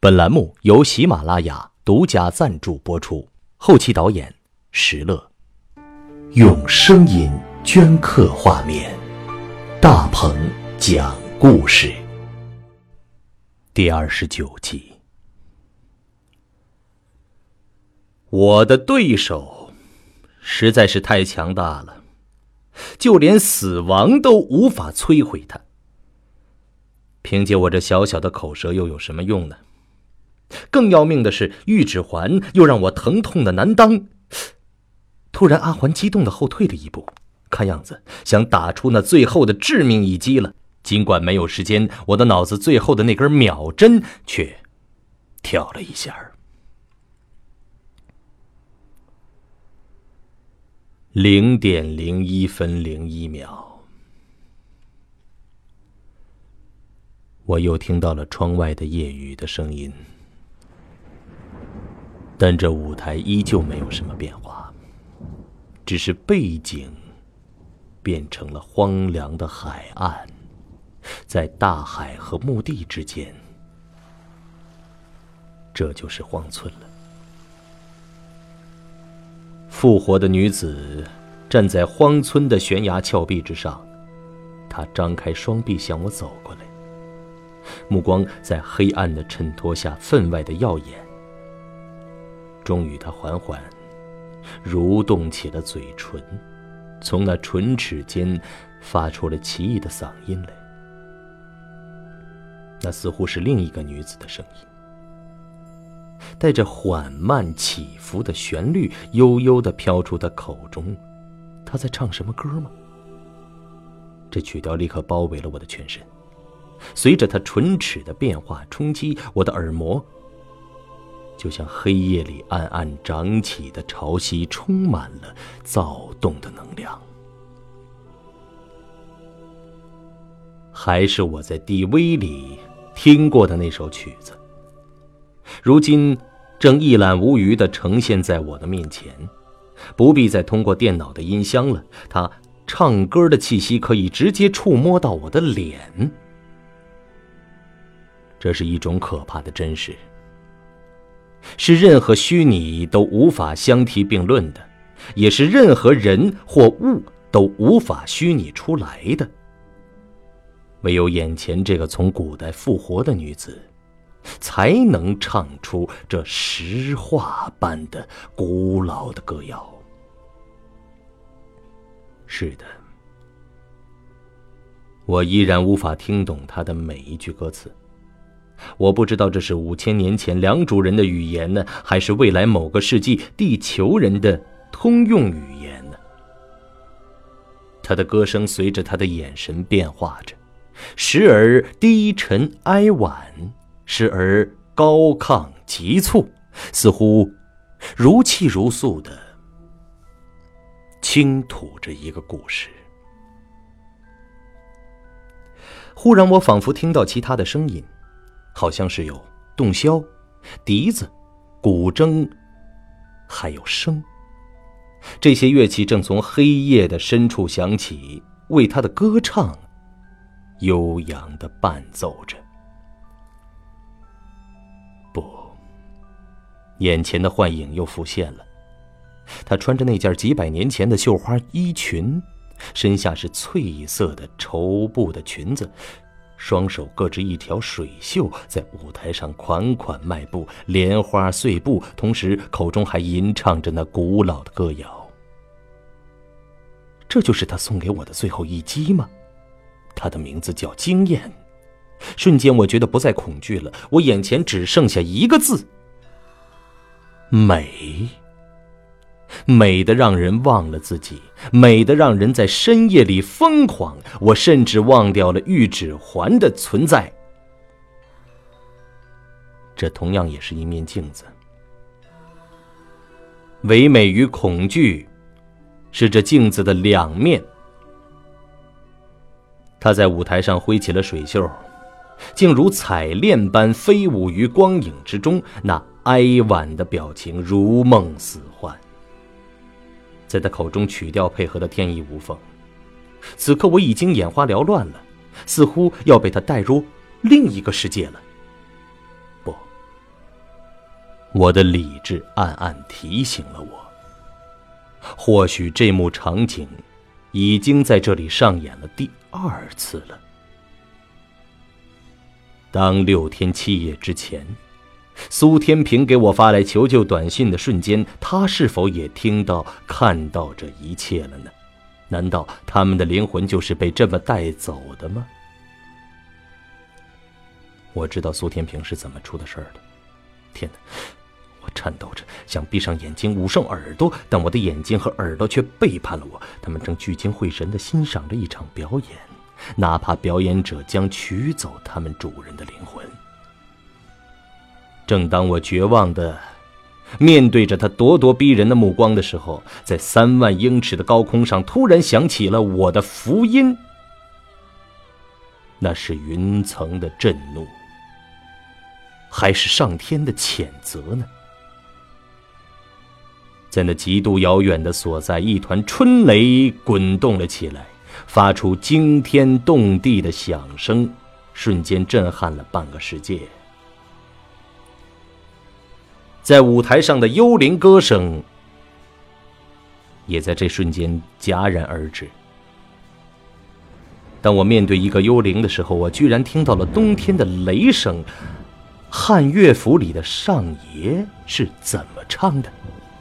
本栏目由喜马拉雅独家赞助播出，后期导演石乐。用声音镌刻画面，大鹏讲故事。第29集。我的对手实在是太强大了，就连死亡都无法摧毁他。凭借我这小小的口舌又有什么用呢？更要命的是，玉指环又让我疼痛的难当。突然，阿环激动地后退了一步，看样子想打出那最后的致命一击了。尽管没有时间，我的脑子最后的那根秒针却跳了一下。0.01分01秒，我又听到了窗外的夜雨的声音。但这舞台依旧没有什么变化，只是背景变成了荒凉的海岸，在大海和墓地之间，这就是荒村了。复活的女子站在荒村的悬崖峭壁之上，她张开双臂向我走过来，目光在黑暗的衬托下分外的耀眼。终于，她缓缓蠕动起了嘴唇，从那唇齿间发出了奇异的嗓音来。那似乎是另一个女子的声音，带着缓慢起伏的旋律，悠悠地飘出她口中。她在唱什么歌吗？这曲调立刻包围了我的全身，随着她唇齿的变化冲击我的耳膜，就像黑夜里暗暗涨起的潮汐，充满了躁动的能量。还是我在DV里听过的那首曲子，如今正一览无余地呈现在我的面前，不必再通过电脑的音箱了，它唱歌的气息可以直接触摸到我的脸。这是一种可怕的真实，是任何虚拟都无法相提并论的，也是任何人或物都无法虚拟出来的。唯有眼前这个从古代复活的女子，才能唱出这石化般的古老的歌谣。是的，我依然无法听懂她的每一句歌词。我不知道这是5000年前良渚人的语言呢，还是未来某个世纪地球人的通用语言呢？他的歌声随着他的眼神变化着，时而低沉哀婉，时而高亢急促，似乎如泣如诉地倾吐着一个故事。忽然我仿佛听到其他的声音，好像是有洞箫、笛子、古筝，还有笙。这些乐器正从黑夜的深处响起，为他的歌唱悠扬地伴奏着。不，眼前的幻影又浮现了。他穿着那件几百年前的绣花衣裙，身下是翠色的绸布的裙子，双手各执一条水袖，在舞台上款款迈步，莲花碎步，同时口中还吟唱着那古老的歌谣。这就是他送给我的最后一击吗？他的名字叫经验。瞬间我觉得不再恐惧了，我眼前只剩下一个字：美。美得让人忘了自己，美得让人在深夜里疯狂。我甚至忘掉了玉指环的存在。这同样也是一面镜子。唯美与恐惧是这镜子的两面。他在舞台上挥起了水袖，竟如彩链般飞舞于光影之中，那哀婉的表情如梦似幻，在他口中曲调配合得天衣无缝。此刻我已经眼花缭乱了，似乎要被他带入另一个世界了。不， 我的理智暗暗提醒了我，或许这幕场景已经在这里上演了第二次了。当6天7夜之前，苏天平给我发来求救短信的瞬间，他是否也听到看到这一切了呢？难道他们的灵魂就是被这么带走的吗？我知道苏天平是怎么出的事儿的。天哪，我颤抖着想闭上眼睛捂上耳朵，但我的眼睛和耳朵却背叛了我，他们正聚精会神地欣赏着一场表演，哪怕表演者将取走他们主人的灵魂。正当我绝望地面对着他咄咄逼人的目光的时候，在3万英尺的高空上突然响起了我的福音，那是云层的震怒，还是上天的谴责呢？在那极度遥远的所在，一团春雷滚动了起来，发出惊天动地的响声，瞬间震撼了半个世界。在舞台上的幽灵歌声也在这瞬间戛然而止。当我面对一个幽灵的时候，我居然听到了冬天的雷声。汉乐府里的上爷是怎么唱的？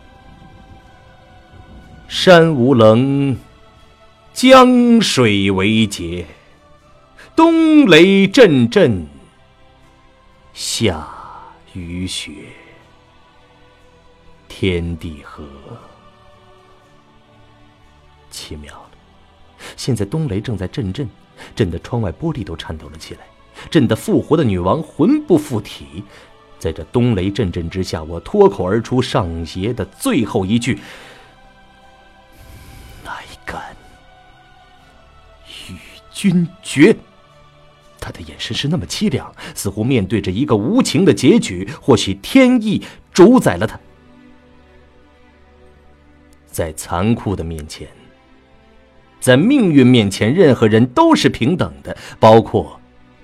山无棱，江水为竭，冬雷阵阵，下雨雪，天地合。奇妙了，现在冬雷正在阵阵，震得窗外玻璃都颤抖了起来，震得复活的女王魂不附体。在这冬雷阵阵之下，我脱口而出上爷的最后一句：乃敢与君绝。他的眼神是那么凄凉，似乎面对着一个无情的结局，或许天意主宰了他。在残酷的面前，在命运面前，任何人都是平等的，包括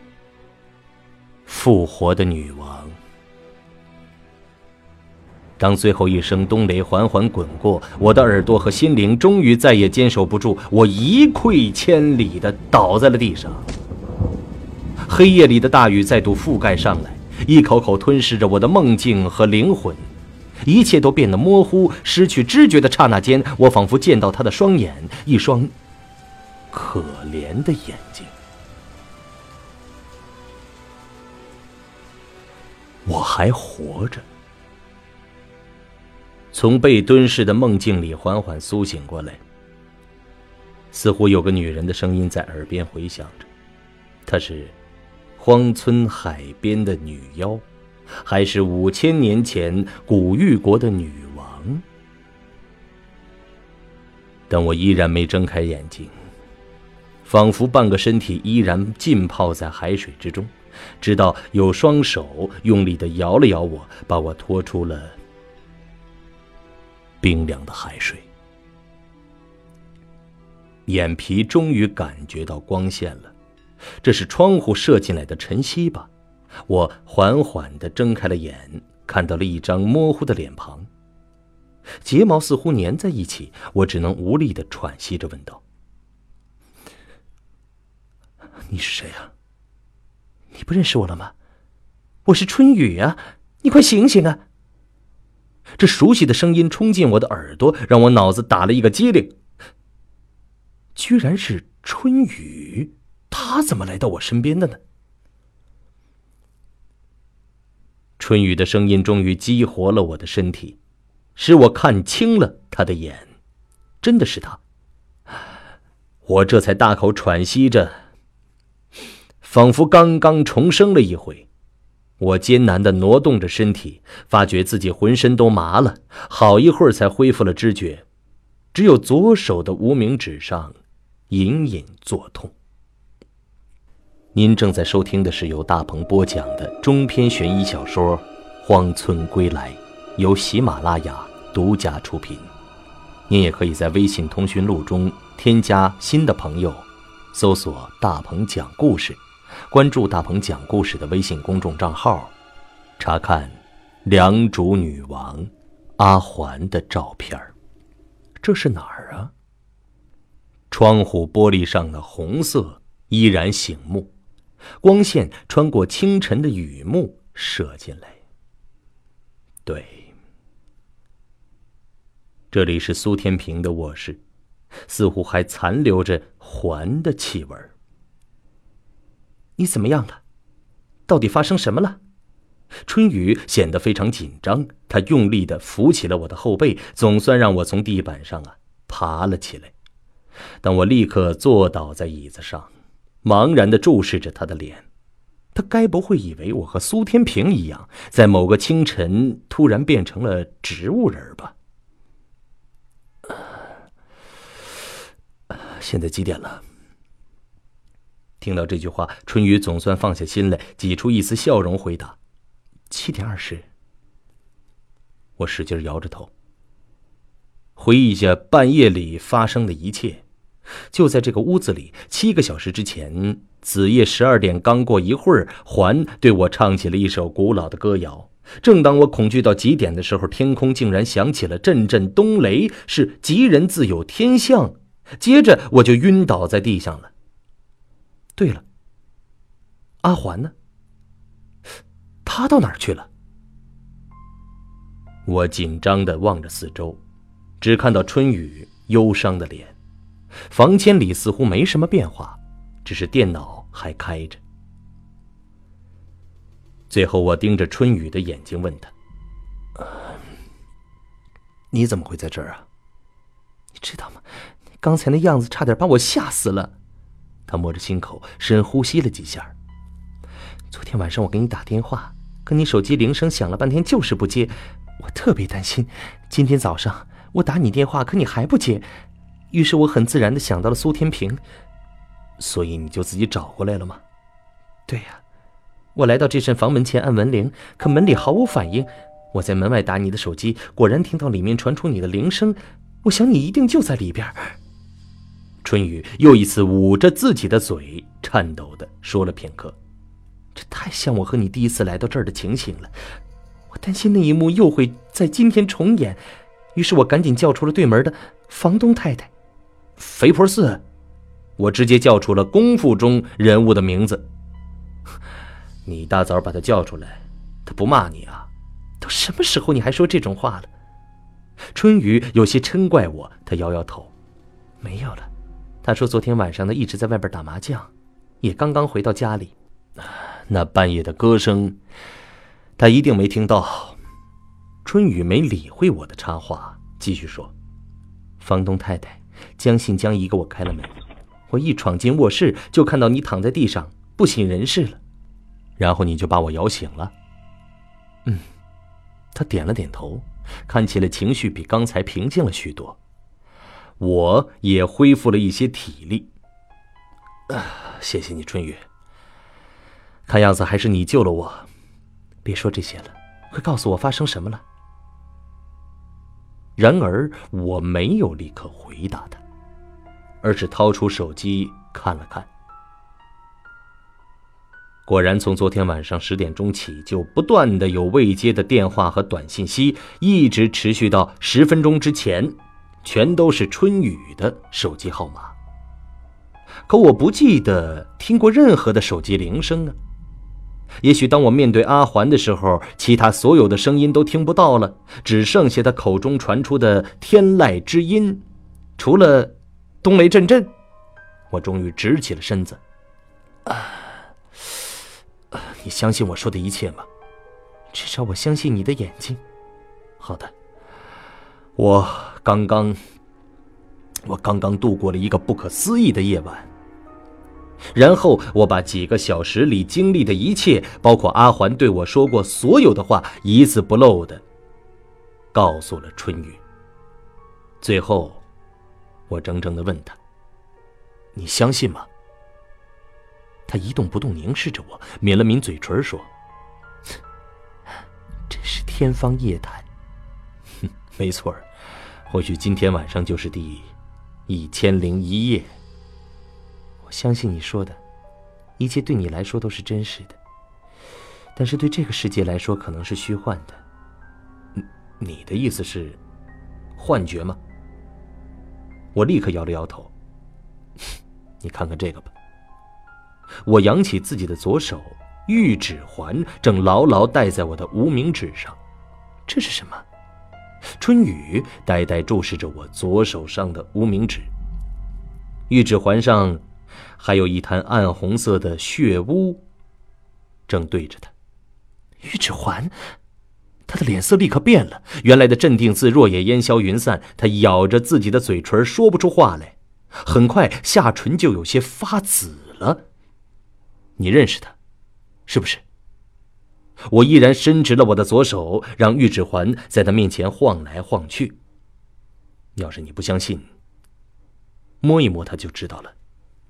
复活的女王。当最后一声冬雷缓缓滚过，我的耳朵和心灵终于再也坚守不住，我一溃千里地倒在了地上。黑夜里的大雨再度覆盖上来，一口口吞噬着我的梦境和灵魂，一切都变得模糊。失去知觉的刹那间，我仿佛见到他的双眼，一双可怜的眼睛。我还活着。从被蹲视的梦境里缓缓苏醒过来，似乎有个女人的声音在耳边回响着。她是荒村海边的女妖，还是5000年前古玉国的女王？但我依然没睁开眼睛，仿佛半个身体依然浸泡在海水之中，直到有双手用力地摇了摇我，把我拖出了冰凉的海水。眼皮终于感觉到光线了，这是窗户射进来的晨曦吧？我缓缓地睁开了眼，看到了一张模糊的脸庞，睫毛似乎粘在一起，我只能无力地喘息着问道：你是谁啊？你不认识我了吗？我是春雨啊，你快醒醒啊！这熟悉的声音冲进我的耳朵，让我脑子打了一个激灵。居然是春雨，他怎么来到我身边的呢？春雨的声音终于激活了我的身体，使我看清了他的眼，真的是他。我这才大口喘息着，仿佛刚刚重生了一回。我艰难地挪动着身体，发觉自己浑身都麻了，好一会儿才恢复了知觉，只有左手的无名指上隐隐作痛。您正在收听的是由大鹏播讲的中篇悬疑小说《荒村归来》，由喜马拉雅独家出品。您也可以在微信通讯录中添加新的朋友，搜索大鹏讲故事，关注大鹏讲故事的微信公众账号，查看良渚女王阿环的照片。这是哪儿啊？窗户玻璃上的红色依然醒目，光线穿过清晨的雨幕射进来。对，这里是苏天平的卧室，似乎还残留着环的气味。你怎么样了？到底发生什么了？春雨显得非常紧张，他用力地扶起了我的后背，总算让我从地板上爬了起来。但我立刻坐倒在椅子上，茫然地注视着他的脸。他该不会以为我和苏天平一样，在某个清晨突然变成了植物人吧？现在几点了？听到这句话，春雨总算放下心来，挤出一丝笑容回答：7:20。我使劲摇着头，回忆着半夜里发生的一切。就在这个屋子里，7个小时之前，子夜12点刚过一会儿，环对我唱起了一首古老的歌谣。正当我恐惧到极点的时候，天空竟然响起了阵阵冬雷，是吉人自有天相。接着我就晕倒在地上了。对了，阿环呢？他到哪儿去了？我紧张地望着四周，只看到春雨忧伤的脸。房间里似乎没什么变化，只是电脑还开着。最后我盯着春雨的眼睛问他：你怎么会在这儿啊？你知道吗？刚才那样子差点把我吓死了。他摸着心口，深呼吸了几下。昨天晚上我给你打电话，可你手机铃声响了半天就是不接，我特别担心。今天早上我打你电话，可你还不接，于是我很自然地想到了苏天平。所以你就自己找过来了吗？对呀，我来到这扇房门前按门铃，可门里毫无反应。我在门外打你的手机，果然听到里面传出你的铃声，我想你一定就在里边。春雨又一次捂着自己的嘴，颤抖地说了片刻。这太像我和你第一次来到这儿的情形了，我担心那一幕又会在今天重演，于是我赶紧叫出了对门的房东太太。肥婆四，我直接叫出了功夫中人物的名字。你一大早把他叫出来，他不骂你啊？都什么时候你还说这种话了？春雨有些嗔怪我，他摇摇头，没有了。他说昨天晚上呢一直在外边打麻将，也刚刚回到家里。那半夜的歌声，他一定没听到。春雨没理会我的插话，继续说：房东太太将信将疑给我开了门，我一闯进卧室就看到你躺在地上不省人事了，然后你就把我摇醒了。他点了点头，看起来情绪比刚才平静了许多。我也恢复了一些体力。谢谢你，春雨。看样子还是你救了我。别说这些了，快告诉我发生什么了。然而我没有立刻回答他，而是掏出手机看了看。果然从昨天晚上10点钟起，就不断的有未接的电话和短信息，一直持续到10分钟之前，全都是春雨的手机号码。可我不记得听过任何的手机铃声啊。也许当我面对阿环的时候，其他所有的声音都听不到了，只剩下他口中传出的天籁之音。除了冬雷阵阵，我终于直起了身子。你相信我说的一切吗？至少我相信你的眼睛。好的，我刚刚度过了一个不可思议的夜晚。然后我把几个小时里经历的一切，包括阿环对我说过所有的话，一字不漏地告诉了春雨。最后我怔怔地问他：你相信吗？他一动不动凝视着我，抿了抿嘴唇说：这是天方夜谭。没错，或许今天晚上就是第1001夜。我相信你说的一切对你来说都是真实的，但是对这个世界来说可能是虚幻的。 你的意思是幻觉吗？我立刻摇了摇头。你看看这个吧。我扬起自己的左手，玉指环正牢牢戴在我的无名指上。这是什么？春雨呆呆注视着我左手上的无名指，玉指环上还有一滩暗红色的血污正对着他。玉指环？他的脸色立刻变了，原来的镇定自若也烟消云散，他咬着自己的嘴唇说不出话来，很快下唇就有些发紫了。你认识他，是不是？我依然伸直了我的左手，让玉指环在他面前晃来晃去。要是你不相信，摸一摸他就知道了。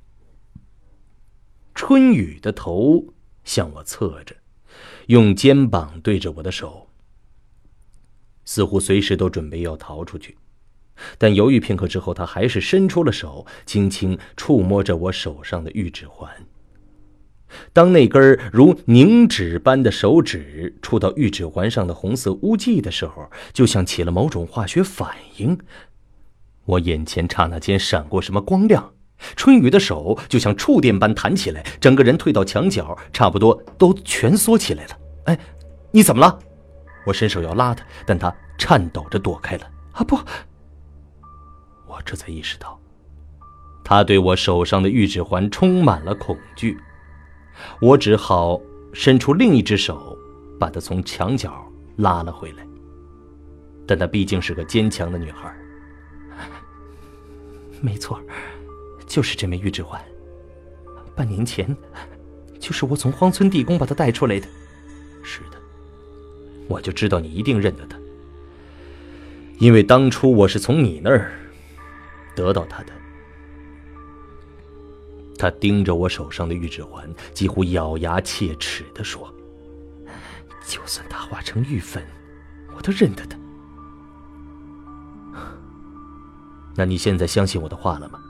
春雨的头向我侧着，用肩膀对着我的手，似乎随时都准备要逃出去。但犹豫片刻之后，他还是伸出了手，轻轻触摸着我手上的玉指环。当那根如凝脂般的手指触到玉指环上的红色污迹的时候，就像起了某种化学反应。我眼前刹那间闪过什么光亮，春雨的手就像触电般弹起来，整个人退到墙角，差不多都蜷缩起来了。哎，你怎么了？我伸手要拉他，但他颤抖着躲开了。啊，不！我这才意识到，他对我手上的玉指环充满了恐惧。我只好伸出另一只手，把她从墙角拉了回来。但她毕竟是个坚强的女孩。没错，就是这枚玉指环。半年前，就是我从荒村地宫把它带出来的。是的，我就知道你一定认得它，因为当初我是从你那儿得到它的。他盯着我手上的玉指环，几乎咬牙切齿地说：就算它化成玉粉，我都认得它。那你现在相信我的话了吗？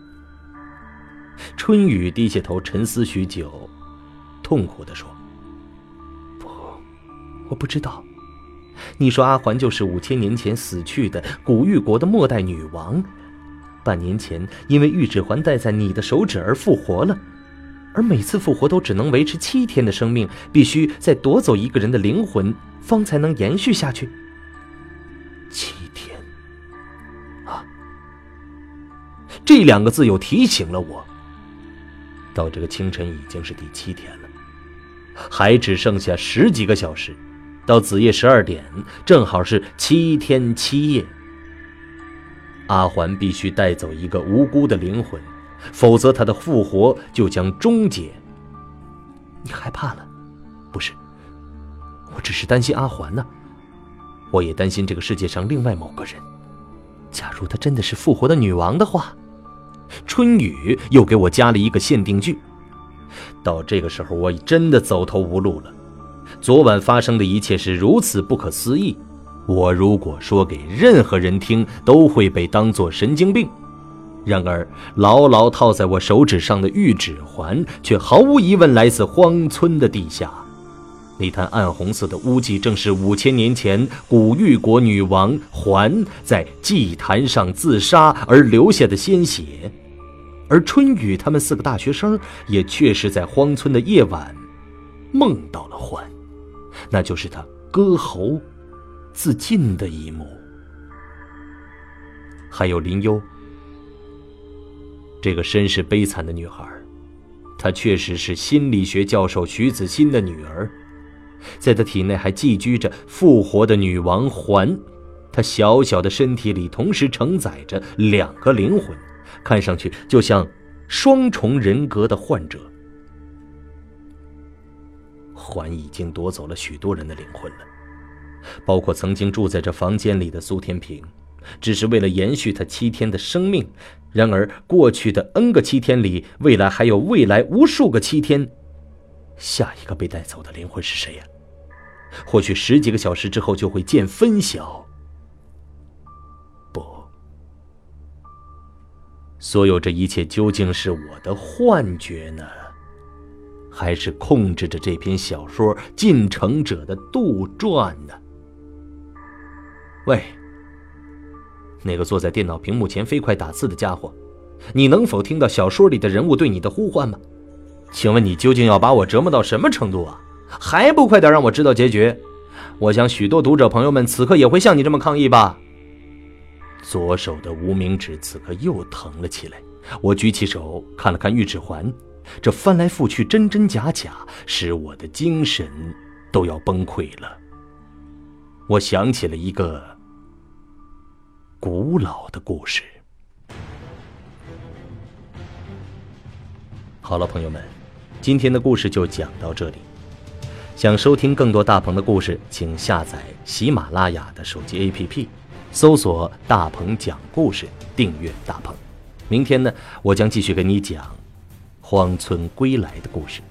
春雨低下头沉思许久，痛苦地说：不，我不知道。你说阿环就是5000年前死去的古玉国的末代女王，半年前因为玉指环戴在你的手指而复活了，而每次复活都只能维持7天的生命，必须再夺走一个人的灵魂方才能延续下去。7天啊，这2个字又提醒了我，到这个清晨已经是第7天了，还只剩下10几个小时，到子夜12点正好是7天7夜。阿环必须带走一个无辜的灵魂，否则他的复活就将终结。你害怕了？不是，我只是担心阿环呢。我也担心这个世界上另外某个人。假如她真的是复活的女王的话。春雨又给我加了一个限定句。到这个时候，我真的走投无路了。昨晚发生的一切是如此不可思议，我如果说给任何人听，都会被当作神经病。然而牢牢套在我手指上的玉指环却毫无疑问来自荒村的地下。那滩暗红色的污迹正是5000年前古玉国女王环在祭坛上自杀而留下的鲜血。而春雨他们4个大学生也确实在荒村的夜晚梦到了环，那就是他割喉自尽的一幕。还有林幽，这个身世悲惨的女孩，她确实是心理学教授徐子欣的女儿，在她体内还寄居着复活的女王环，她小小的身体里同时承载着2个灵魂，看上去就像双重人格的患者。环已经夺走了许多人的灵魂了，包括曾经住在这房间里的苏天平，只是为了延续他7天的生命。然而过去的 N 个7天里，未来还有未来无数个7天，下一个被带走的灵魂是谁呀？或许10几个小时之后就会见分晓。不，所有这一切究竟是我的幻觉呢，还是控制着这篇小说进程者的杜撰呢？ 喂，那个坐在电脑屏幕前飞快打字的家伙，你能否听到小说里的人物对你的呼唤吗？请问你究竟要把我折磨到什么程度啊？还不快点让我知道结局？我想许多读者朋友们此刻也会像你这么抗议吧。左手的无名指此刻又疼了起来，我举起手看了看玉指环，这翻来覆去真真假假，使我的精神都要崩溃了。我想起了一个古老的故事。好了，朋友们，今天的故事就讲到这里。想收听更多大鹏的故事，请下载喜马拉雅的手机 APP， 搜索大鹏讲故事，订阅大鹏。明天呢，我将继续给你讲荒村归来的故事。